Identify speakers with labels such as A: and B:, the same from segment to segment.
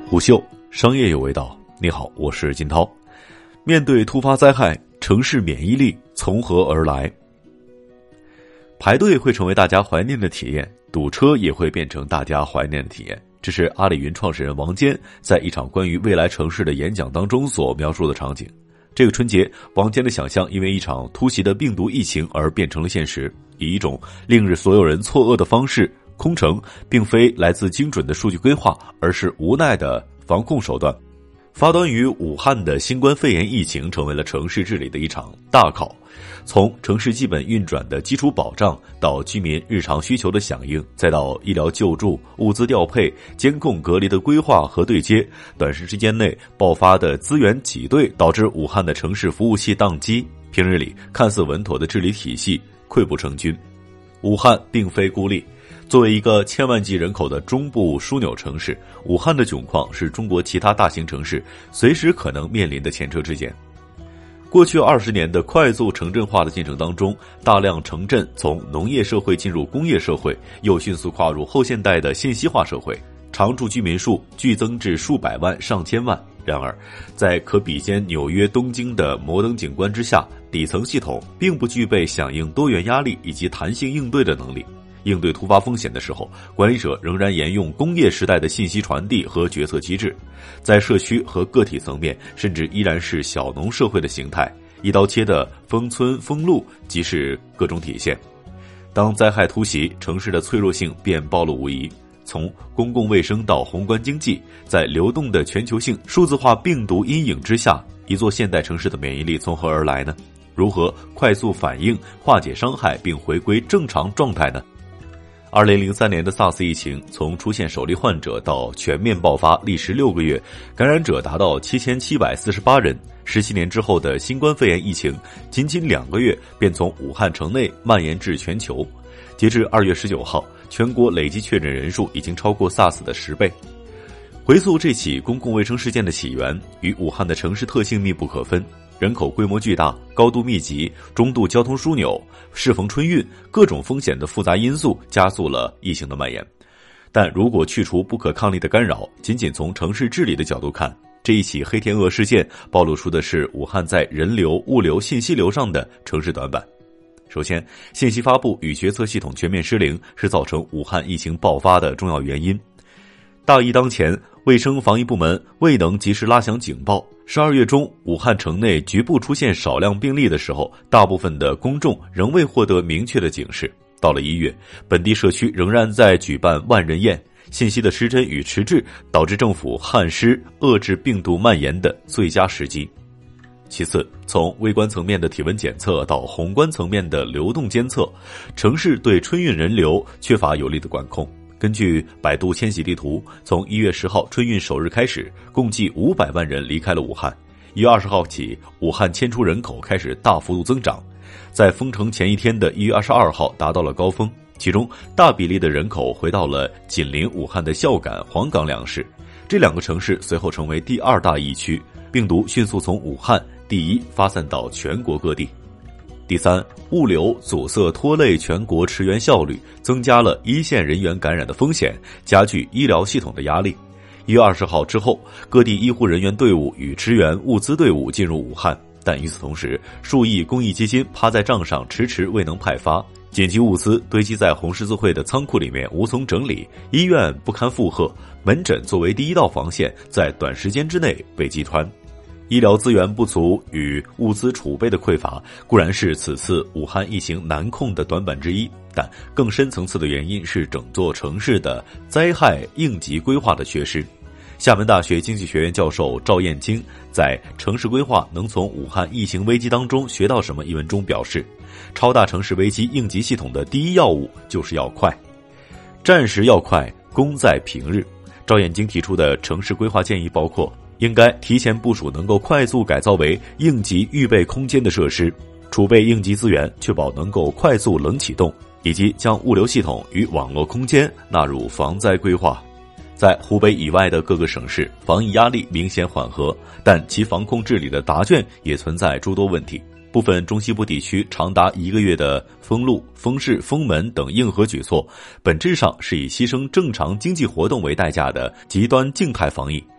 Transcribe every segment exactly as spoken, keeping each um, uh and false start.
A: 虎嗅商业有味道，你好，我是金涛。面对突发灾害，城市免疫力从何而来？排队会成为大家怀念的体验，堵车也会变成大家怀念的体验。这是阿里云创始人王坚在一场关于未来城市的演讲当中所描述的场景。这个春节，王坚的想象因为一场突袭的病毒疫情而变成了现实，以一种令日所有人错愕的方式，空城并非来自精准的数据规划，而是无奈的防控手段。发端于武汉的新冠肺炎疫情成为了城市治理的一场大考，从城市基本运转的基础保障到居民日常需求的响应，再到医疗救助、物资调配、监控隔离的规划和对接，短时间内爆发的资源挤兑导致武汉的城市服务器宕机，平日里看似稳妥的治理体系溃不成军。武汉并非孤立，作为一个千万级人口的中部枢纽城市，武汉的窘况是中国其他大型城市随时可能面临的前车之鉴。过去二十年的快速城镇化的进程当中，大量城镇从农业社会进入工业社会，又迅速跨入后现代的信息化社会，常住居民数剧增至数百万上千万。然而，在可比肩纽约、东京的摩登景观之下，底层系统并不具备响应多元压力以及弹性应对的能力。应对突发风险的时候，管理者仍然沿用工业时代的信息传递和决策机制，在社区和个体层面，甚至依然是小农社会的形态，一刀切的封村封路即是各种体现。当灾害突袭，城市的脆弱性便暴露无遗。从公共卫生到宏观经济，在流动的全球性数字化病毒阴影之下，一座现代城市的免疫力从何而来呢？如何快速反应、化解伤害并回归正常状态呢？二零零三年的 SARS 疫情从出现首例患者到全面爆发历时六个月，感染者达到七千七百四十八人。十七年之后的新冠肺炎疫情，仅仅两个月便从武汉城内蔓延至全球。截至二月十九号，全国累计确诊人数已经超过 SARS 的十倍。回溯这起公共卫生事件的起源，与武汉的城市特性密不可分。人口规模巨大、高度密集、中度交通枢纽，适逢春运，各种风险的复杂因素加速了疫情的蔓延。但如果去除不可抗力的干扰，仅仅从城市治理的角度看，这一起黑天鹅事件暴露出的是武汉在人流、物流、信息流上的城市短板。首先，信息发布与决策系统全面失灵是造成武汉疫情爆发的重要原因。大疫当前，卫生防疫部门未能及时拉响警报。十二月中，武汉城内局部出现少量病例的时候，大部分的公众仍未获得明确的警示。到了一月，本地社区仍然在举办万人宴，信息的失真与迟滞导致政府憾失遏制病毒蔓延的最佳时机。其次，从微观层面的体温检测到宏观层面的流动监测，城市对春运人流缺乏有力的管控。根据百度千禧地图，从一月十号春运首日开始，共计五百万人离开了武汉。一月二十号起，武汉迁出人口开始大幅度增长，在封城前一天的一月二十二号达到了高峰，其中大比例的人口回到了紧邻武汉的孝感、黄冈两市，这两个城市随后成为第二大疫区，病毒迅速从武汉第一发散到全国各地。第三，物流阻塞拖累全国驰援效率，增加了一线人员感染的风险，加剧医疗系统的压力。一月二十号之后，各地医护人员队伍与支援物资队伍进入武汉，但与此同时，数亿公益基金趴在账上迟迟未能派发，紧急物资堆积在红十字会的仓库里面无从整理，医院不堪负荷，门诊作为第一道防线，在短时间之内被击穿。医疗资源不足与物资储备的匮乏固然是此次武汉疫情难控的短板之一，但更深层次的原因是整座城市的灾害应急规划的缺失。厦门大学经济学院教授赵燕京在《城市规划能从武汉疫情危机当中学到什么》一文中表示，超大城市危机应急系统的第一要务就是要快，战时要快，功在平日。赵燕京提出的城市规划建议包括应该提前部署能够快速改造为应急预备空间的设施，储备应急资源，确保能够快速冷启动，以及将物流系统与网络空间纳入防灾规划。在湖北以外的各个省市，防疫压力明显缓和，但其防控治理的答卷也存在诸多问题。部分中西部地区长达一个月的封路、封市、封门等硬核举措，本质上是以牺牲正常经济活动为代价的极端静态防疫，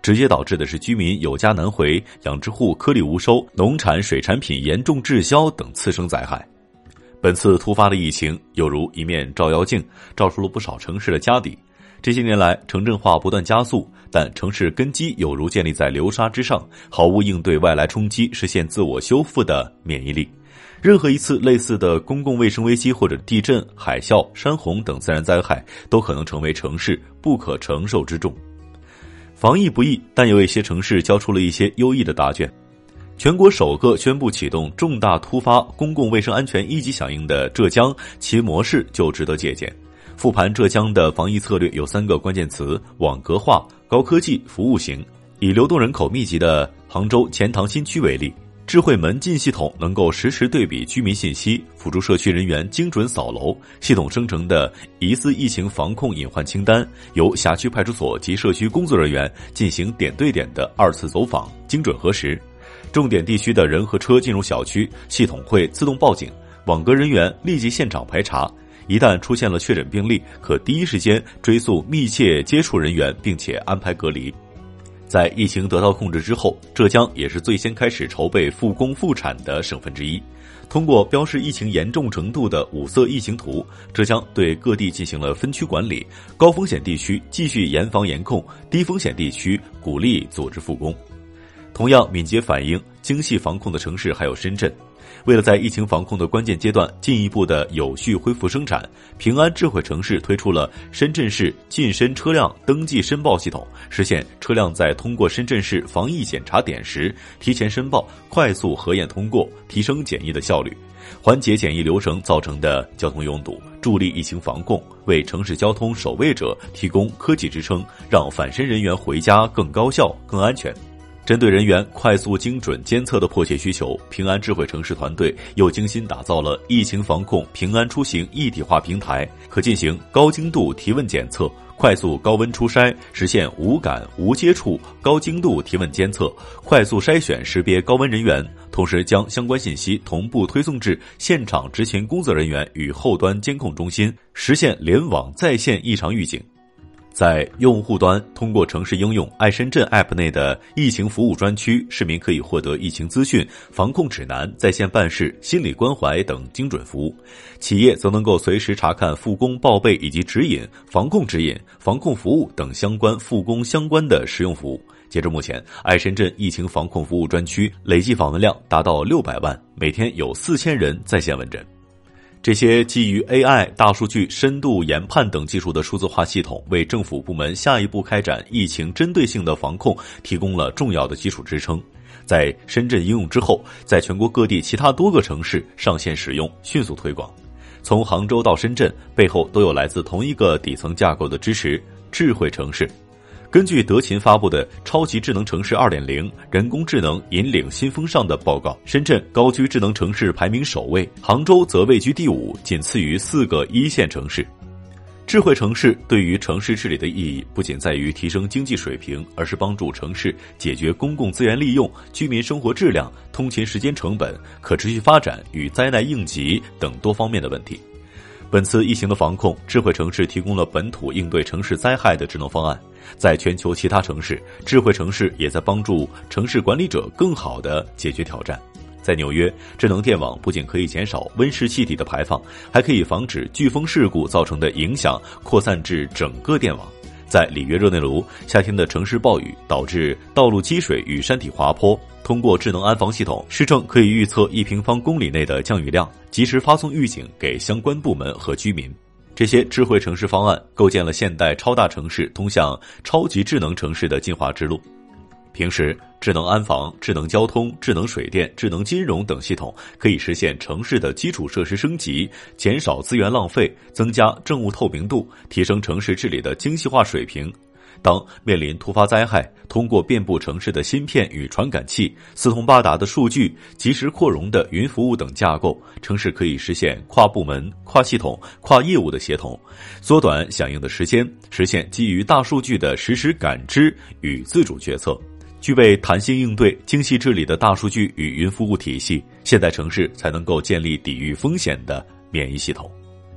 A: 直接导致的是居民有家难回、养殖户颗粒无收、农产水产品严重滞销等次生灾害。本次突发的疫情有如一面照妖镜，照出了不少城市的家底。这些年来，城镇化不断加速，但城市根基有如建立在流沙之上，毫无应对外来冲击、实现自我修复的免疫力。任何一次类似的公共卫生危机或者地震、海啸、山洪等自然灾害，都可能成为城市不可承受之重。防疫不易，但有一些城市交出了一些优异的答卷。全国首个宣布启动重大突发公共卫生安全一级响应的浙江，其模式就值得借鉴。复盘浙江的防疫策略有三个关键词：网格化、高科技、服务型。以流动人口密集的杭州钱塘新区为例，智慧门禁系统能够实时对比居民信息，辅助社区人员精准扫楼。系统生成的疑似疫情防控隐患清单，由辖区派出所及社区工作人员进行点对点的二次走访，精准核实。重点地区的人和车进入小区，系统会自动报警，网格人员立即现场排查。一旦出现了确诊病例，可第一时间追溯密切接触人员，并且安排隔离。在疫情得到控制之后，浙江也是最先开始筹备复工复产的省份之一。通过标示疫情严重程度的五色疫情图，浙江对各地进行了分区管理，高风险地区继续严防严控，低风险地区鼓励组织复工。同样敏捷反应、精细防控的城市还有深圳。为了在疫情防控的关键阶段进一步的有序恢复生产，平安智慧城市推出了深圳市近身车辆登记申报系统，实现车辆在通过深圳市防疫检查点时提前申报，快速核验通过，提升检疫的效率，缓解检疫流程造成的交通拥堵，助力疫情防控，为城市交通守卫者提供科技支撑，让返申人员回家更高效、更安全。针对人员快速精准监测的迫切需求，平安智慧城市团队又精心打造了疫情防控平安出行一体化平台，可进行高精度提问检测，快速高温初筛，实现无感无接触高精度提问监测，快速筛选识别高温人员，同时将相关信息同步推送至现场执勤工作人员与后端监控中心，实现联网在线异常预警。在用户端，通过城市应用爱深圳 App 内的疫情服务专区，市民可以获得疫情资讯、防控指南、在线办事、心理关怀等精准服务。企业则能够随时查看复工报备以及指引、防控指引、防控服务等相关复工相关的实用服务。截至目前，爱深圳疫情防控服务专区累计访问量达到六百万，每天有四千人在线问诊。这些基于 A I、大数据、深度研判等技术的数字化系统，为政府部门下一步开展疫情针对性的防控提供了重要的基础支撑。在深圳应用之后，在全国各地其他多个城市上线使用，迅速推广。从杭州到深圳，背后都有来自同一个底层架构的支持——智慧城市。根据德勤发布的《超级智能城市 二点零 人工智能引领新风尚》的报告，深圳高居智能城市排名首位，杭州则位居第五，仅次于四个一线城市。智慧城市对于城市治理的意义不仅在于提升经济水平，而是帮助城市解决公共资源利用、居民生活质量、通勤时间成本、可持续发展与灾难应急等多方面的问题。本次疫情的防控，智慧城市提供了本土应对城市灾害的智能方案。在全球其他城市，智慧城市也在帮助城市管理者更好地解决挑战。在纽约，智能电网不仅可以减少温室气体的排放，还可以防止飓风事故造成的影响扩散至整个电网。在里约热内卢，夏天的城市暴雨导致道路积水与山体滑坡，通过智能安防系统，市政可以预测一平方公里内的降雨量，及时发送预警给相关部门和居民。这些智慧城市方案构建了现代超大城市通向超级智能城市的进化之路。平时，智能安防、智能交通、智能水电、智能金融等系统可以实现城市的基础设施升级，减少资源浪费，增加政务透明度，提升城市治理的精细化水平。当面临突发灾害，通过遍布城市的芯片与传感器、四通八达的数据、及时扩容的云服务等架构，城市可以实现跨部门、跨系统、跨业务的协同，缩短响应的时间，实现基于大数据的实时感知与自主决策。具备弹性应对、精细治理的大数据与云服务体系，现代城市才能够建立抵御风险的免疫系统。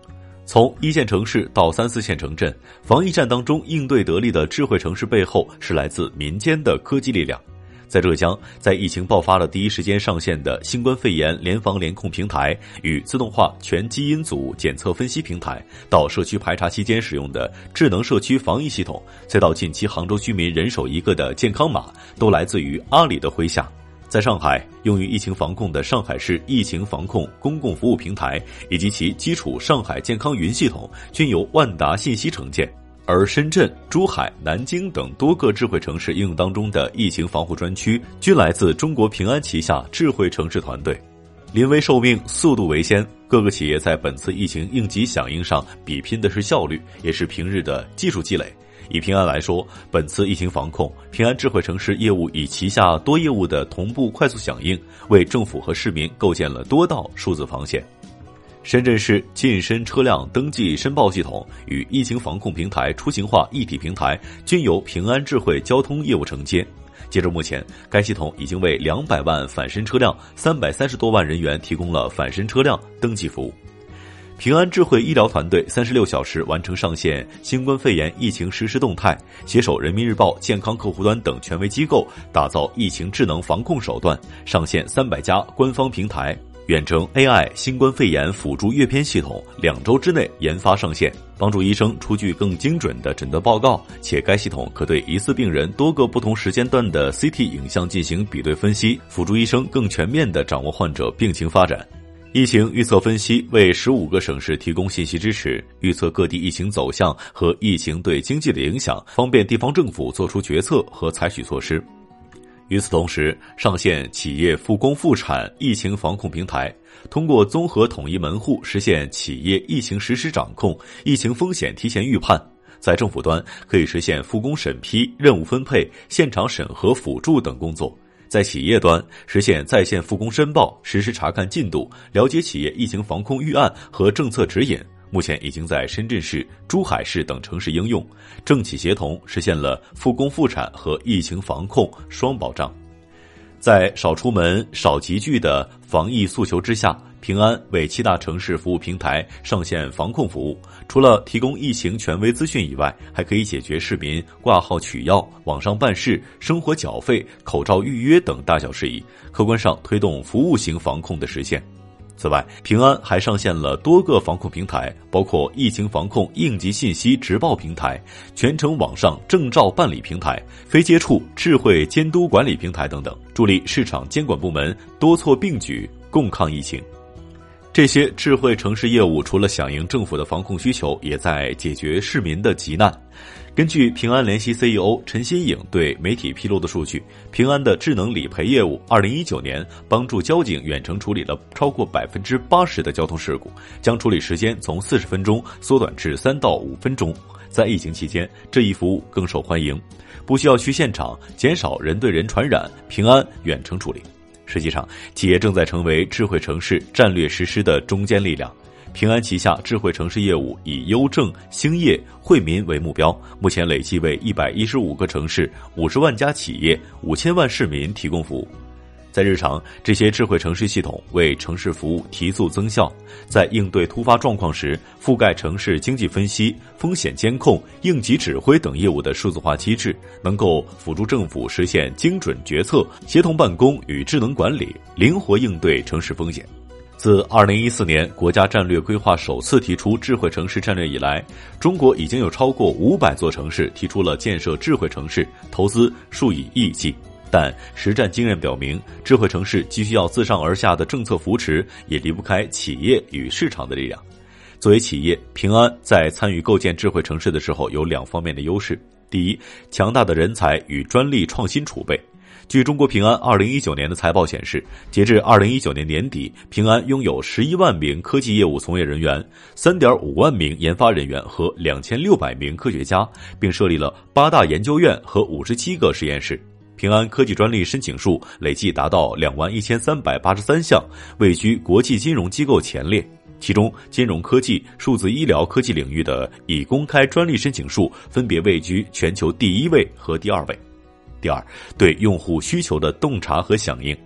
A: 从一线城市到三四线城镇，防疫战当中应对得力的智慧城市背后是来自民间的科技力量。在浙江，在疫情爆发的第一时间上线的新冠肺炎联防联控平台与自动化全基因组检测分析平台，到社区排查期间使用的智能社区防疫系统，再到近期杭州居民人手一个的健康码，都来自于阿里的麾下。在上海，用于疫情防控的上海市疫情防控公共服务平台以及其基础上海健康云系统均由万达信息承建，而深圳、珠海、南京等多个智慧城市应用当中的疫情防护专区均来自中国平安旗下智慧城市团队。临危受命，速度为先，各个企业在本次疫情应急响应上比拼的是效率，也是平日的技术积累。以平安来说，本次疫情防控，平安智慧城市业务以旗下多业务的同步快速响应，为政府和市民构建了多道数字防线。深圳市近身车辆登记申报系统与疫情防控平台出行化一体平台均由平安智慧交通业务承接。截至目前，该系统已经为两百万返申车辆、三百三十多万人员提供了返申车辆登记服务。平安智慧医疗团队三十六小时完成上线新冠肺炎疫情实时动态，携手人民日报健康客户端等权威机构，打造疫情智能防控手段，上线三百家官方平台，远程 A I 新冠肺炎辅助阅片系统两周之内研发上线，帮助医生出具更精准的诊断报告，且该系统可对疑似病人多个不同时间段的 C T 影像进行比对分析，辅助医生更全面地掌握患者病情发展。疫情预测分析为十五个省市提供信息支持，预测各地疫情走向和疫情对经济的影响，方便地方政府做出决策和采取措施。与此同时，上线企业复工复产疫情防控平台，通过综合统一门户实现企业疫情实时掌控、疫情风险提前预判。在政府端可以实现复工审批、任务分配、现场审核辅助等工作。在企业端实现在线复工申报，实时查看进度，了解企业疫情防控预案和政策指引。目前已经在深圳市、珠海市等城市应用，政企协同实现了复工复产和疫情防控双保障。在少出门、少集聚的防疫诉求之下，平安为七大城市服务平台上线防控服务，除了提供疫情权威资讯以外，还可以解决市民挂号取药、网上办事、生活缴费、口罩预约等大小事宜，客观上推动服务型防控的实现。此外，平安还上线了多个防控平台，包括疫情防控应急信息直报平台、全程网上证照办理平台、非接触智慧监督管理平台等等，助力市场监管部门多措并举，共抗疫情。这些智慧城市业务除了响应政府的防控需求，也在解决市民的急难。根据平安联席 C E O 陈新颖对媒体披露的数据，平安的智能理赔业务二零一九年帮助交警远程处理了超过 百分之八十 的交通事故，将处理时间从四十分钟缩短至三到五分钟。在疫情期间，这一服务更受欢迎，不需要去现场，减少人对人传染，平安远程处理。实际上，企业正在成为智慧城市战略实施的中坚力量。平安旗下智慧城市业务以优政、兴业、惠民为目标，目前累计为一百一十五个城市、五十万家企业、五千万市民提供服务。在日常，这些智慧城市系统为城市服务提速增效，在应对突发状况时，覆盖城市经济分析、风险监控、应急指挥等业务的数字化机制，能够辅助政府实现精准决策、协同办公与智能管理，灵活应对城市风险。自二零一四年国家战略规划首次提出智慧城市战略以来，中国已经有超过五百座城市提出了建设智慧城市，投资数以亿计。但实战经验表明，智慧城市既需要自上而下的政策扶持，也离不开企业与市场的力量。作为企业，平安在参与构建智慧城市的时候有两方面的优势。第一，强大的人才与专利创新储备。据中国平安二零一九年的财报显示，截至二零一九年年底，平安拥有十一万名科技业务从业人员、三点五万名研发人员和两千六百名科学家，并设立了八大研究院和五十七个实验室。平安科技专利申请数累计达到两万一千三百八十三项，位居国际金融机构前列。其中，金融科技、数字医疗科技领域的已公开专利申请数分别位居全球第一位和第二位。第二，对用户需求的洞察和响应。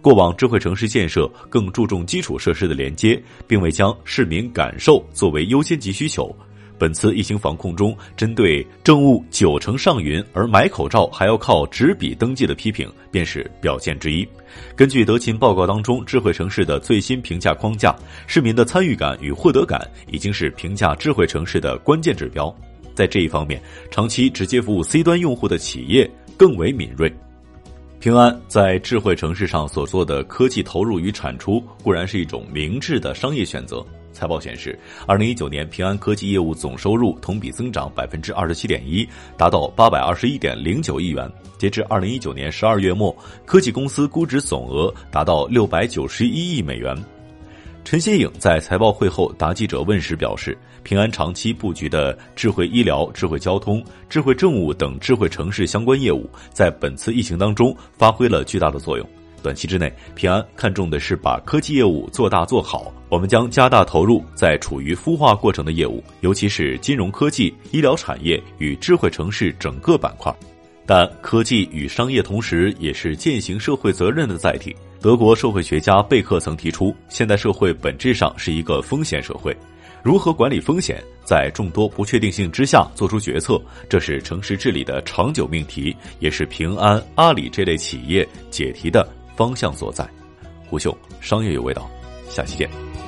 A: 过往智慧城市建设更注重基础设施的连接，并未将市民感受作为优先级需求。本次疫情防控中，针对政务九成上云而买口罩还要靠纸笔登记的批评，便是表现之一。根据德勤报告当中智慧城市的最新评价框架，市民的参与感与获得感已经是评价智慧城市的关键指标。在这一方面，长期直接服务 C 端用户的企业更为敏锐。平安在智慧城市上所做的科技投入与产出，固然是一种明智的商业选择。财报显示，二零一九年平安科技业务总收入同比增长 百分之二十七点一， 达到八百二十一点零九亿元。截至二零一九年十二月末，科技公司估值总额达到六百九十一亿美元。陈新颖在财报会后答记者问时表示，平安长期布局的智慧医疗、智慧交通、智慧政务等智慧城市相关业务，在本次疫情当中发挥了巨大的作用。短期之内，平安看重的是把科技业务做大做好，我们将加大投入在处于孵化过程的业务，尤其是金融科技、医疗产业与智慧城市整个板块。但科技与商业同时也是践行社会责任的载体。德国社会学家贝克曾提出，现代社会本质上是一个风险社会，如何管理风险，在众多不确定性之下做出决策，这是城市治理的长久命题，也是平安、阿里这类企业解题的方向所在。虎嗅，商业有味道，下期见。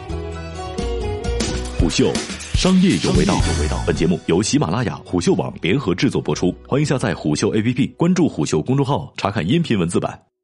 B: 虎嗅，商业有味道。本节目由喜马拉雅、虎嗅网联合制作播出，欢迎下载虎嗅 A P P， 关注虎嗅公众号，查看音频文字版。